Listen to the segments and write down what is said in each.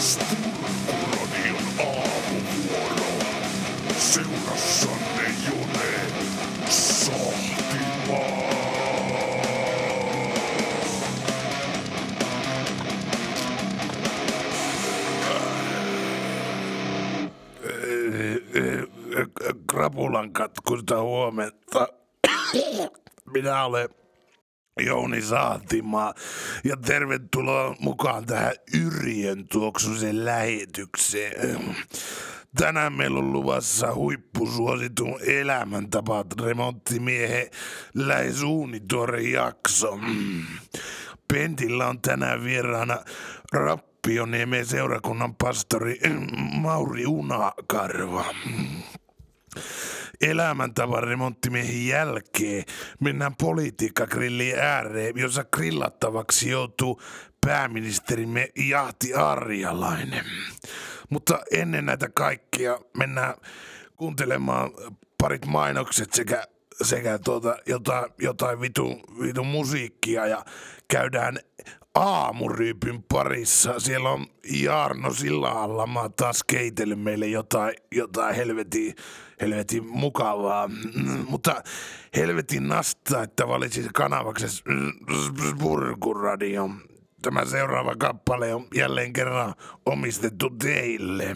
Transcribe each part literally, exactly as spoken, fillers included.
Spurkuradion aamuvuoro. Seurassanne Jone Sahtimaa. Krapulan katkusta huomenta. Minä olen Jouni Sahtimaa ja tervetuloa mukaan tähän Yrjön tuoksuisen lähetykseen. Tänään meillä on luvassa huippusuositun elämäntapa remonttimiehen lähes uunituore jakso. Pentillä on tänään vieraana Rappioniemen seurakunnan pastori Mauri Unakarva. Elämäntavan remonttimiehen jälkeen mennään politiikkagrillin ääreen, jossa grillattavaksi joutuu pääministerimme Jahti Arjalainen. Mutta ennen näitä kaikkia mennään kuuntelemaan parit mainokset sekä, sekä tuota, jotain, jotain vitun, vitun musiikkia ja käydään aamuryypyn parissa. Siellä on Jarno Silla-Allamaa taas keitellyt meille jotain, jotain helvetin, helvetin mukavaa. Mm, mutta helvetin nastaa, että valitsi kanavaksi Spurkuradion. Tämä seuraava kappale on jälleen kerran omistettu teille.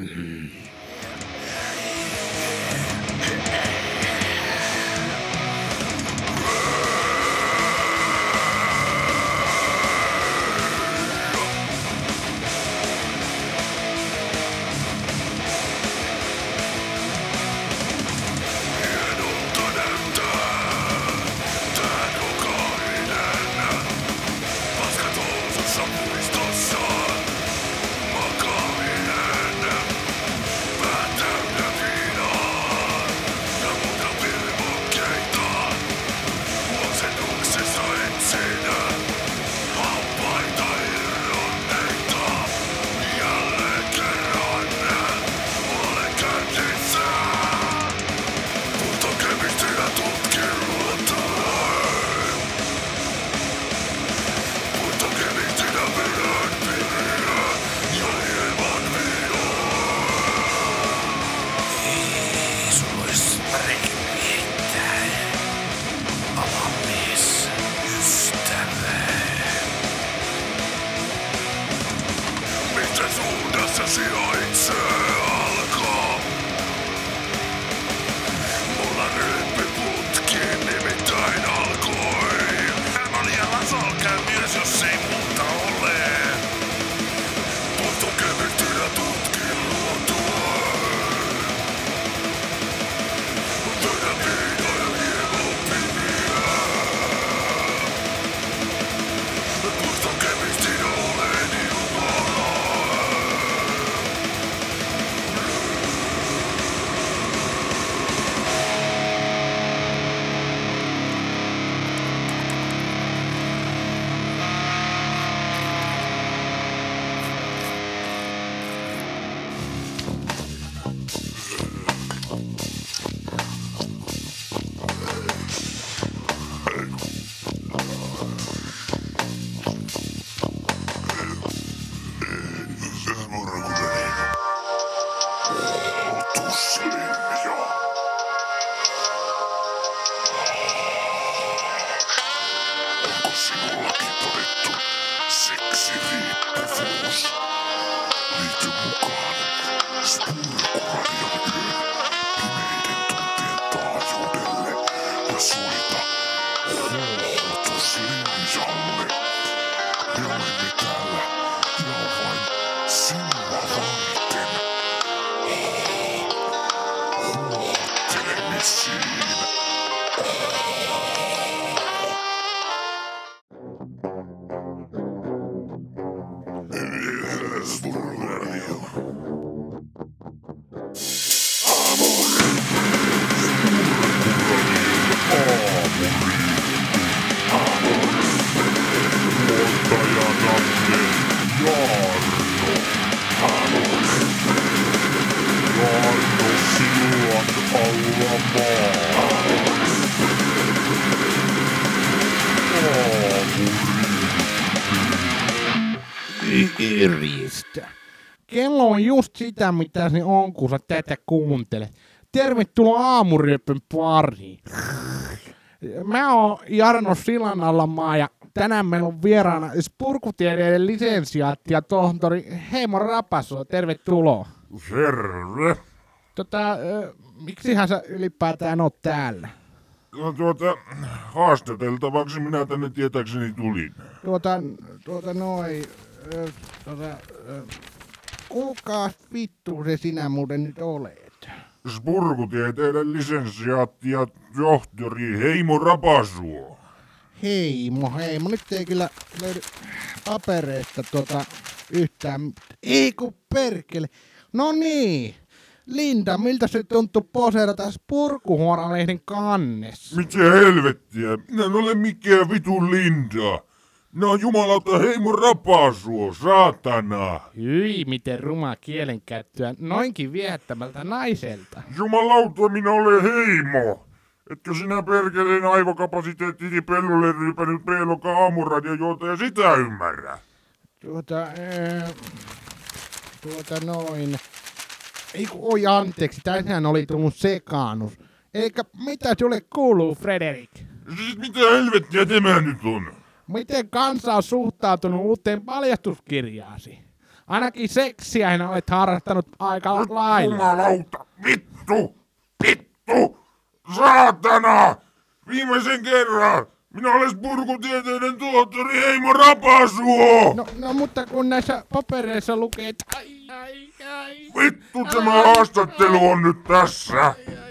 Yrjistä kello on just sitä, mitä se on, kun sä tätä kuuntelet. Tervetuloa aamuryöpyn pariin. Mä oon Jarno Silanallamaa ja tänään meillä on vieraana spurkutieteiden lisensiaatti ja tohtori Heimo Rapasuo. Tervetuloa. Terve. Tota, äh, miksihän sä ylipäätään oot täällä? No tuota, haastateltavaksi minä tänne tietääkseni tulin. Tuota, tuota noi, äh, tuota, äh, kuulkaa vittu se sinä muuten nyt olet. Spurkutieteiden lisensiaatti ja tohtori Heimo Rapasuo. Heimo, Heimo. Nyt ei kyllä löydy papereista tuota yhtään. Ei kun perkele. No niin. Linda, miltä se tuntui poseerata Spurkuhuoralehden kannessa? Mitä helvettiä? Minä en ole mikään vitun Linda. Minä on jumalauta Heimo Rapasuo, saatana. Hyi, miten rumaa kielenkäyttöä noinkin viehättämältä naiselta. Jumalauta, minä olen Heimo. Etkö sinä perkeleen aivokapasiteettini pellolle ryypänyt P-luokan aamuradiojuontaja sitä ymmärrä? Tuota, ää, tuota noin. Eiku, oi anteeksi, tänään oli tullut sekaannus. Eikä mitä sulle kuuluu, Frederik? Siis mitä helvettiä tämä nyt on? Miten kansa on suhtautunut uuteen paljastuskirjaasi? Ainakin seksiä en olet harrastanut aika lailla. Jumalauta, vittu, vittu, saatana, viimeisen kerran. Minä olen spurkutieteiden tohtori Heimo Rapasuo. No, no mutta kun näissä papereissa lukee, että ai, ai, ai. Vittu, tämä haastattelu on nyt tässä.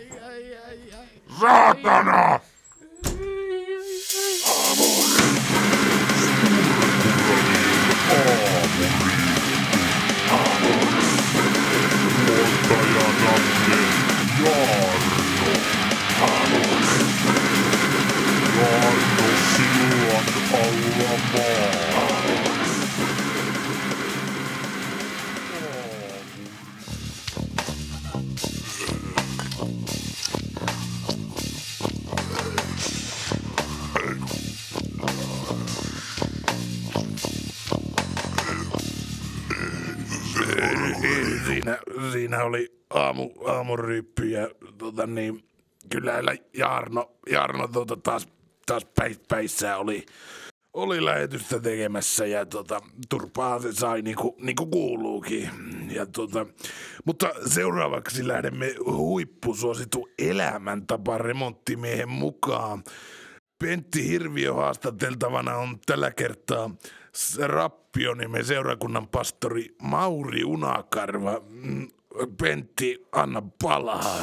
Saatana. Tuottajanamme Jarno. Jarno Silan Allamaa. Siinä, siinä oli aamu, aamuryyppy ja tota niin, kyllä Jarno, Jarno tota taas, taas päis, päissään oli, oli lähetystä tekemässä ja tota, turpaa se sai niinku, niinku kuuluukin. Ja tota, mutta seuraavaksi lähdemme huippusuositun elämäntapa remonttimiehen mukaan. Pentti Hirviö haastateltavana on tällä kertaa Rappio-nimen seurakunnan pastori Mauri Unakarva. Pentti, anna palaa.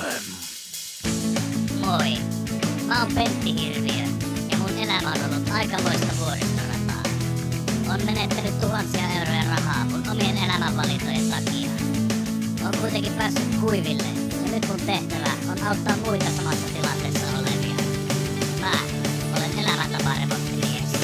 Moi, mä oon Pentti Hirviö ja mun elämä on ollut aikamoista vuoristorataa. On menettänyt tuhansia euroja rahaa mun omien elämänvalintojen takia. Oon kuitenkin päässyt kuiville ja nyt mun tehtävä on auttaa muita samassa tilanteessa olevia. Mä olen elämäntaparemonttimies.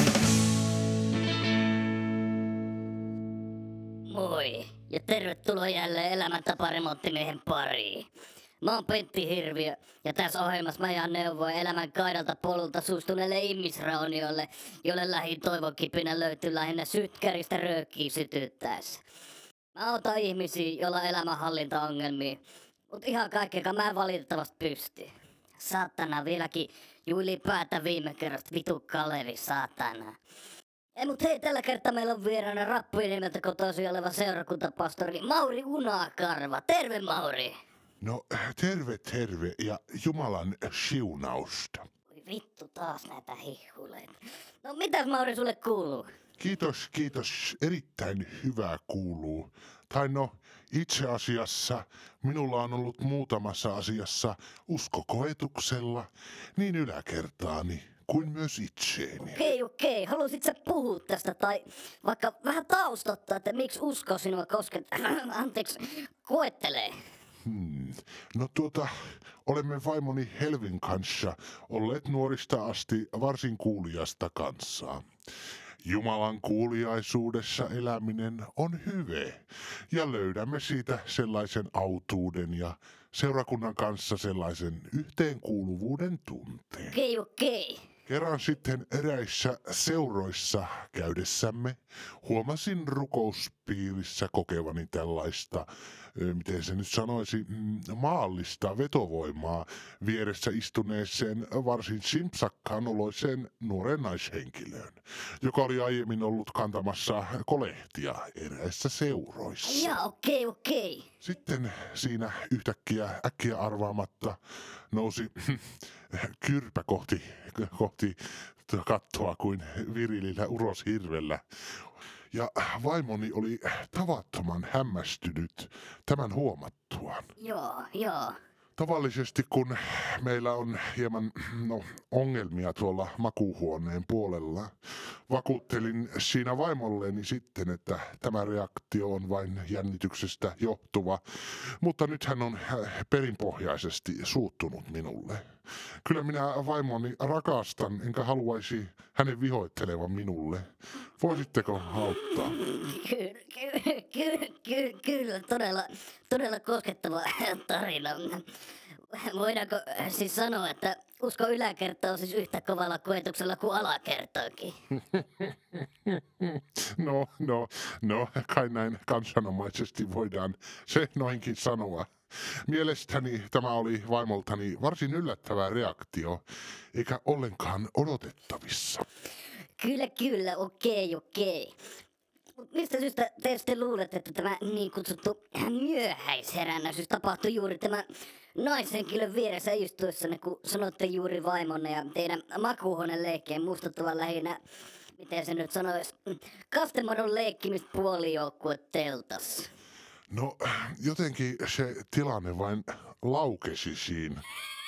Moi ja tervetuloa jälleen elämäntaparemonttimiehen pariin. Mä oon Pentti Hirviö ja tässä ohjelmassa mä jaan neuvoja elämän kaidalta polulta suustuneelle ihmisrauniolle, jolle lähin toivon kipinä löytyy lähinnä sytkäristä röökkiä sytyttäessä. Mä autan ihmisiä, joilla on elämänhallintaongelmia, mut ihan kaikkea mä en valitettavasti pysty. Saatana vieläkin ylipäätä viime kerrasta vitu Kalevi, saatana. Ei mut hei, tällä kertaa meillä on vieraana Rappien nimeltä kotoisin oleva seurakuntapastori Mauri Unakarva. Terve Mauri! No terve terve ja Jumalan siunausta. Oi vittu taas näitä hihuleita. No mitäs Mauri sulle kuuluu? Kiitos, kiitos. Erittäin hyvää kuuluu. Tai no, itse asiassa minulla on ollut muutamassa asiassa uskokoetuksella niin yläkertaani kuin myös itseeni. Okei, okei. Haluaisit sä puhua tästä tai vaikka vähän taustottaa, että miksi usko sinua kosket... Anteeksi, koettelee? Hmm. No tuota, olemme vaimoni Helvin kanssa olleet nuorista asti varsin kuuliasta kansaa. Jumalan kuuliaisuudessa eläminen on hyve ja löydämme siitä sellaisen autuuden ja seurakunnan kanssa sellaisen yhteenkuuluvuuden tunteen. Okei, okei. Kerran sitten eräissä seuroissa käydessämme huomasin rukouspiirissä kokevani tällaista, ö, miten se nyt sanoisi, mm, maallista vetovoimaa vieressä istuneeseen varsin simpsakkaan oloiseen nuoren naishenkilöön, joka oli aiemmin ollut kantamassa kolehtia eräissä seuroissa. Joo, okei, okei. Sitten siinä yhtäkkiä äkkiä arvaamatta nousi kyrpä kohti, kohti kattoa kuin virilillä uroshirvellä. Ja vaimoni oli tavattoman hämmästynyt tämän huomattuaan. Joo, joo. Tavallisesti kun meillä on hieman no, ongelmia tuolla makuuhuoneen puolella, vakuuttelin siinä vaimolleni sitten, että tämä reaktio on vain jännityksestä johtuva, mutta nyt hän on perinpohjaisesti suuttunut minulle. Kyllä minä vaimoni rakastan, enkä haluaisi hänen vihoittelevan minulle. Voisitteko auttaa? Kyllä, ky- ky- ky- kyllä, todella, todella koskettava tarina. Voidaanko siis sanoa, että usko yläkerta on siis yhtä kovalla koetuksella kuin alakertaakin? No, no, no, kai näin kansanomaisesti voidaan se noinkin sanoa. Mielestäni tämä oli vaimoltani varsin yllättävä reaktio, eikä ollenkaan odotettavissa. Kyllä, kyllä, okei, okei. Mut mistä syystä te sitten luulette, että tämä niin kutsuttu myöhäisherännäisyys tapahtui juuri tämän naishenkilön vieressä istuessanne, kun sanotte juuri vaimonne ja teidän makuuhuoneen leikkeen muistuttavan lähinnä, miten se nyt sanoisi, kastemadon leikkimistä puolijoukkue teltas? No, jotenkin se tilanne vain laukesi siinä.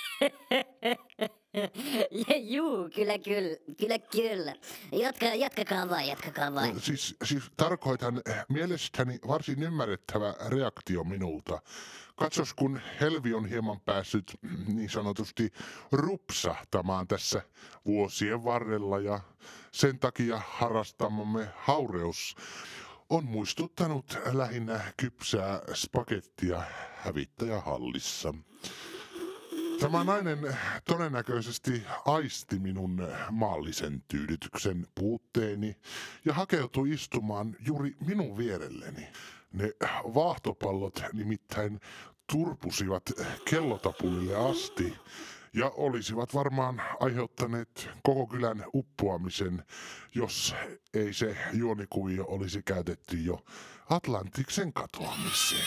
Ja juu, kyllä, kyllä, kyllä, kyllä. Jatka, jatkakaa vain, jatkakaa vain. Siis, siis tarkoitan mielestäni varsin ymmärrettävä reaktio minulta. Katsos, kun Helvi on hieman päässyt niin sanotusti rupsahtamaan tässä vuosien varrella ja sen takia harrastamamme haureus on muistuttanut lähinnä kypsää spagettia hävittäjähallissa. Tämä nainen todennäköisesti aisti minun maallisen tyydytyksen puutteeni ja hakeutui istumaan juuri minun vierelleni. Ne vaahtopallot nimittäin turpusivat kellotapulille asti ja olisivat varmaan aiheuttaneet koko kylän uppoamisen, jos ei se juonikuvio olisi käytetty jo Atlantiksen katoamiseen.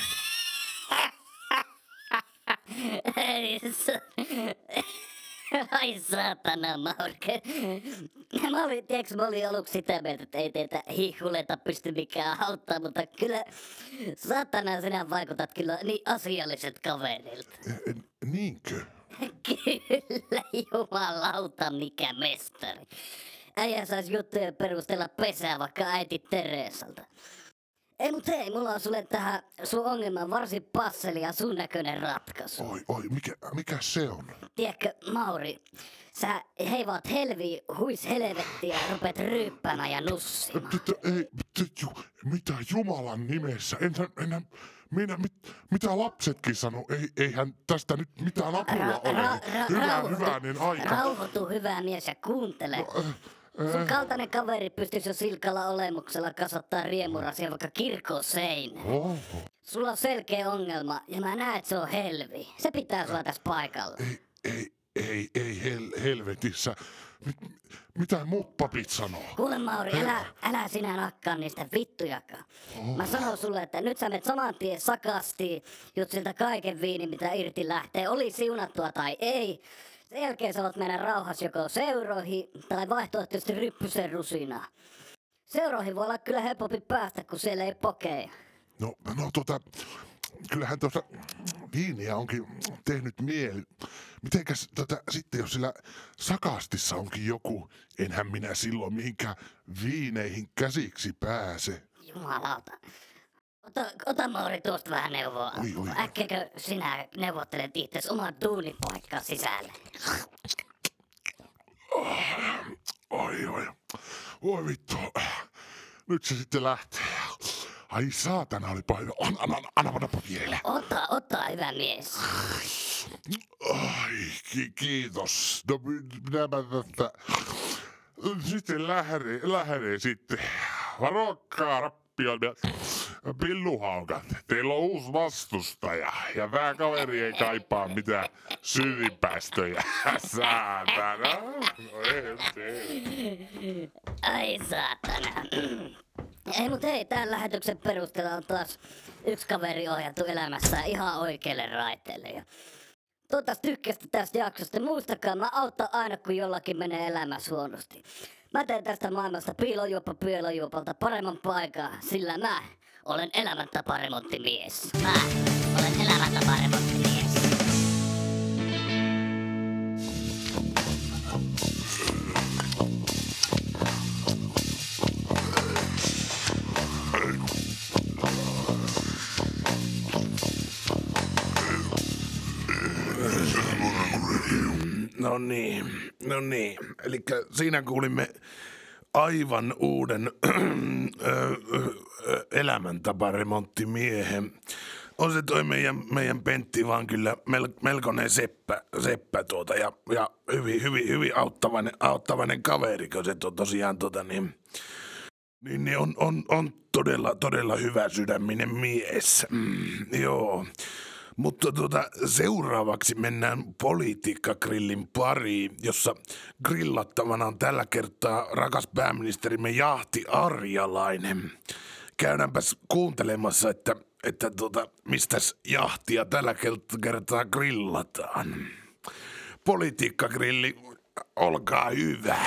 Ai, sa- Ai saatana, Maurke. Mä olin, tiiäks, mä olin aluksi sitä mieltä, että ei teitä hihuleta pysty mikään auttaa, mutta kyllä saatana sinä vaikutat kyllä niin asialliset kaverilta. Niinkö? Kyllä, jumalauta, mikä mestari. Äijä sais juttujen perusteella pesää vaikka äiti Teresalta. Ei mut hei, mulla on sulle tähän sun ongelman varsin passeli ja sun näköinen ratkaisu. Oi, oi, mikä, mikä se on? Tiedätkö, Mauri, sä heivaat helviin huis helvettiä ja rupeat ryyppäämään ja nussimaan. Tyttö, ei, tyttö, mitä Jumalan nimessä? Enhän, enhän, minä, mit, mitä lapsetkin sanoo? Ei, eihän tästä nyt mitään apua Ra- ole. ra- ra- Hyvä, rauhoitu- hyvänen aika. Rauhoitu, hyvä mies, ja kuuntele. Sun kaltainen kaveri pystyisi jo silkalla olemuksella kasvattaa riemurasia vaikka kirkon seinään. Oho. Sulla on selkeä ongelma, ja mä näen, että se on helvi. Se pitää sua tässä paikalla. Ei, ei, ei, ei hel, helvetissä. Mit, mitä muut papit sanoo? Kuule Mauri, älä, älä sinä nakkaa niistä vittujakaan. Mä sanon sulle, että nyt sä menet saman tien sakastiin, jut siltä kaiken viinin, mitä irti lähtee, oli siunattua tai ei. Sen jälkeen sä voit mennä rauhas joko seuroihin tai vaihtoehtoisesti ryppysen rusinaa. Seuroihin voi olla kyllä helpompi päästä, kun siellä ei pokeja. No, no tota, kyllähän tuossa viiniä onkin tehnyt mieli. Mitenkäs tota, sitten jos sillä sakastissa onkin joku, enhän minä silloin mihinkään viineihin käsiksi pääse. Jumalauta. Ota, ota Mauri tuosta vähän neuvoa. Oi, oi. Äkkiäkö sinä neuvottelet itses oman duunipaikkaan sisälle? Oi, oi. Voi vittu. Nyt se sitten lähtee. Ai saatana, olipa hyvä. Anna, anna, anna, anna vielä. Ota, ota, hyvä mies. Ai, ki- kiitos. No minäpä tästä sitten lähden, lähden sitten. Varokaa rappion ja pilluhaukat. Teillä on uusi vastustaja ja tää kaveri ei kaipaa mitään syvipäästöjä. Saatana. No ei, Ai saatana. Ei mut hei, tämän lähetyksen perusteella on taas yksi kaveri ohjattu elämässään ihan oikealle raiteelle. Ja toivottavasti tykkäsitte tästä jaksosta. Muistakaa, mä auttan aina kun jollakin menee elämässä huonosti. Mä teen tästä maailmasta piilojuoppa piilojuopalta paremman paikan, sillä mä olen elämäntaparemonttimies. Mä olen elämäntaparemonttimies. No niin, no niin. Elikkä siinä kuulimme aivan uuden elämäntaparemonttimiehen. On se toi meidän, meidän Pentti vaan kyllä mel, melkoinen seppä, seppä tuota ja, ja hyvin, hyvin, hyvin auttavainen, auttavainen kaveri, kun se to, tosiaan tota niin, niin, niin on, on, on todella, todella hyvä sydäminen mies. Mm, joo. Mutta tuota, seuraavaksi mennään politiikkagrillin pariin, jossa grillattavana on tällä kertaa rakas pääministerimme Jahti Arjalainen. Käydäänpäs kuuntelemassa, että, että tuota, mistäs jahtia tällä kertaa grillataan. Politiikkagrilli, olkaa hyvä.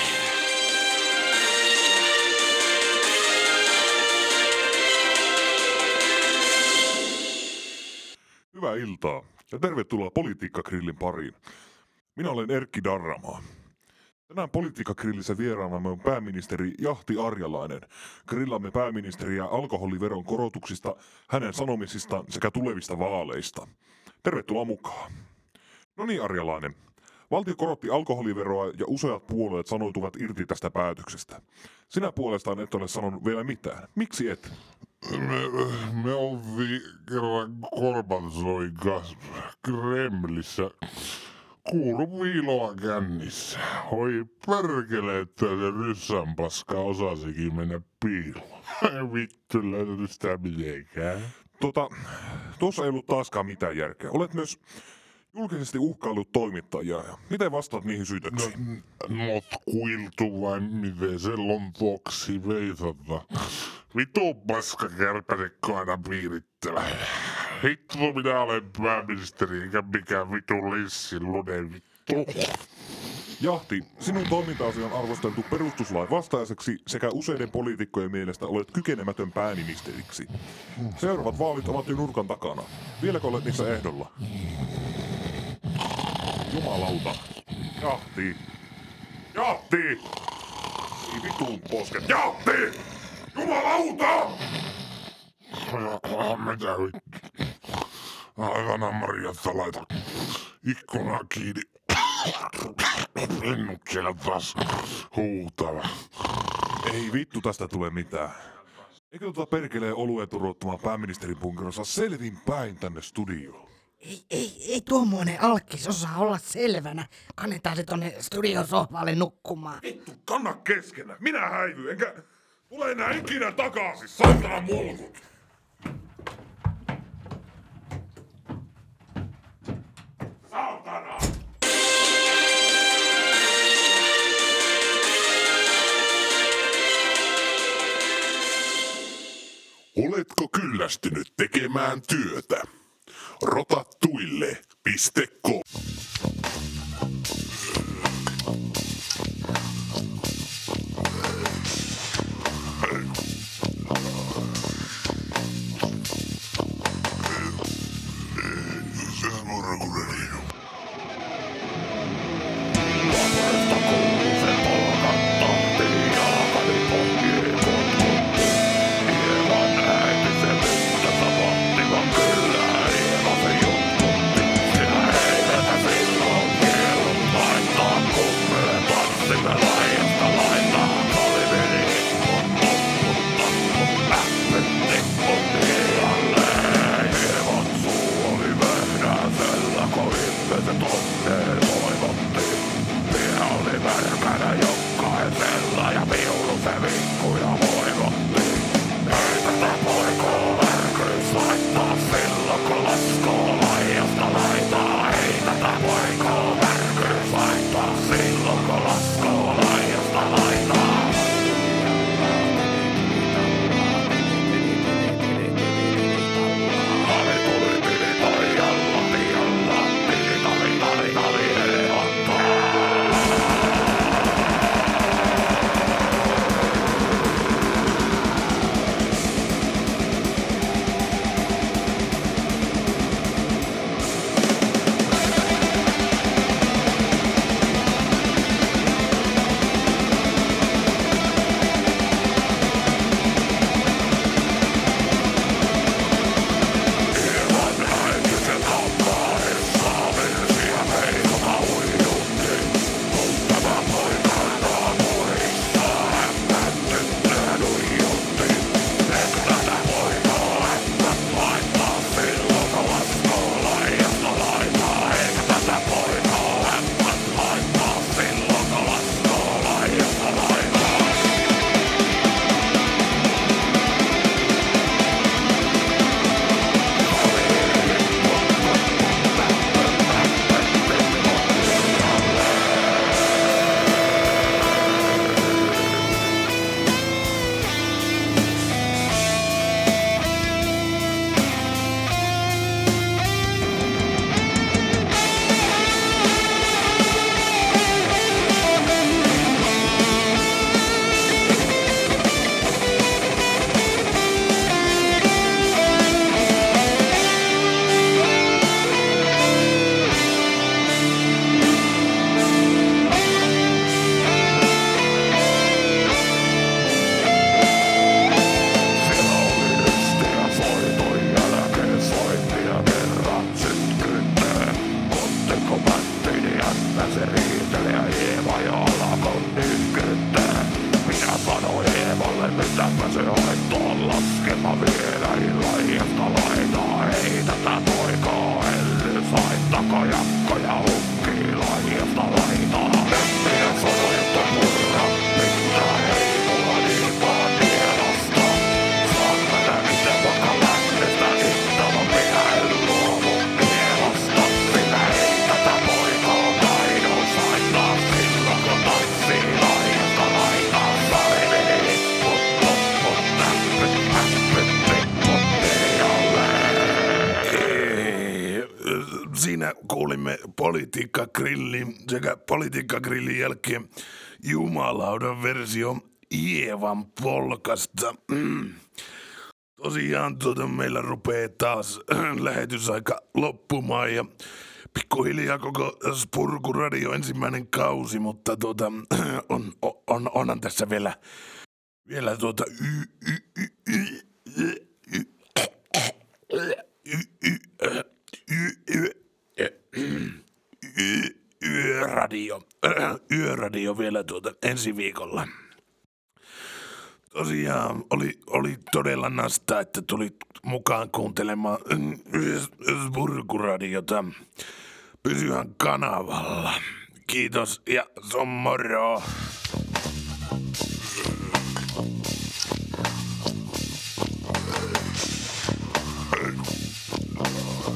Hyvää iltaa ja tervetuloa Politiikkagrillin pariin. Minä olen Erkki Darramaa. Tänään Politiikkagrillissä vieraanamme on pääministeri Jahti Arjalainen. Grillamme pääministeriä alkoholiveron korotuksista, hänen sanomisistaan sekä tulevista vaaleista. Tervetuloa mukaan. No niin, Arjalainen. Valtio korotti alkoholiveroa ja useat puolueet sanoituvat irti tästä päätöksestä. Sinä puolestaan et ole sanonut vielä mitään. Miksi et? Me, me oltiin kerran Gorbatsoin kanssa Kremlissä kuuruviiloa kännissä. Oi perkele, että se ryssän paska osasikin mennä piiloon. Vittu löytyy sitä mitenkään. Tota, tuossa ei ollut taaskaan mitään järkeä. Olet myös julkisesti uhkaillut toimittajia. Miten vastaat niihin syytöksiin? No, notkuiltu vai miten se lontoksi veisata? Vitu paska kärpäsekko aina piirittele. Hittu minä olen pääministeri eikä mikään vitu lissillunen vittu. Jahti, sinun toimintaasi on arvosteltu perustuslain vastaiseksi sekä useiden poliitikkojen mielestä olet kykenemätön pääministeriksi. Seuraavat vaalit ovat jo nurkan takana. Vieläkö olet niissä ehdolla? Jumalauta. Jahti. Jahti! Ei vittuun posket. Jahti! Jumalauta! Mitä vittu? Aivana Marjatta laita ikkunaa kiinni. Lennut siellä taas huutava. Ei vittu tästä tule mitään. Eikö tota perkeleen olueen turvottamaan pääministerin punkerossa selvin päin tänne studioon? Ei, ei, ei tuommoinen alkkis osaa olla selvänä. Kannetaan se tonne studiosohvalle nukkumaan. Vittu, kanna keskenä. Minä häivyn, enkä tule enää ikinä takaisin, saatana mulkut. Saatana! Oletko kyllästynyt tekemään työtä? rotattuille piste com siinä kuulimme Politiikka-grillin sekä Politiikka-grillin jälkeen jumalaudan versio Ievan polkasta. Mm. Tosiaan tuota, meillä rupeaa taas lähetysaika loppumaan ja pikkuhiljaa koko Spurkuradio ensimmäinen kausi, mutta tuota, on, on, onhan tässä vielä, vielä tuota y, y, y, y, y, y, Yöradio. Yöradio vielä tuota ensi viikolla. Tosiaan oli, oli todella nastaa, että tulit mukaan kuuntelemaan Spurkuradiota. Pysyhän kanavalla. Kiitos ja se on moro. Hey.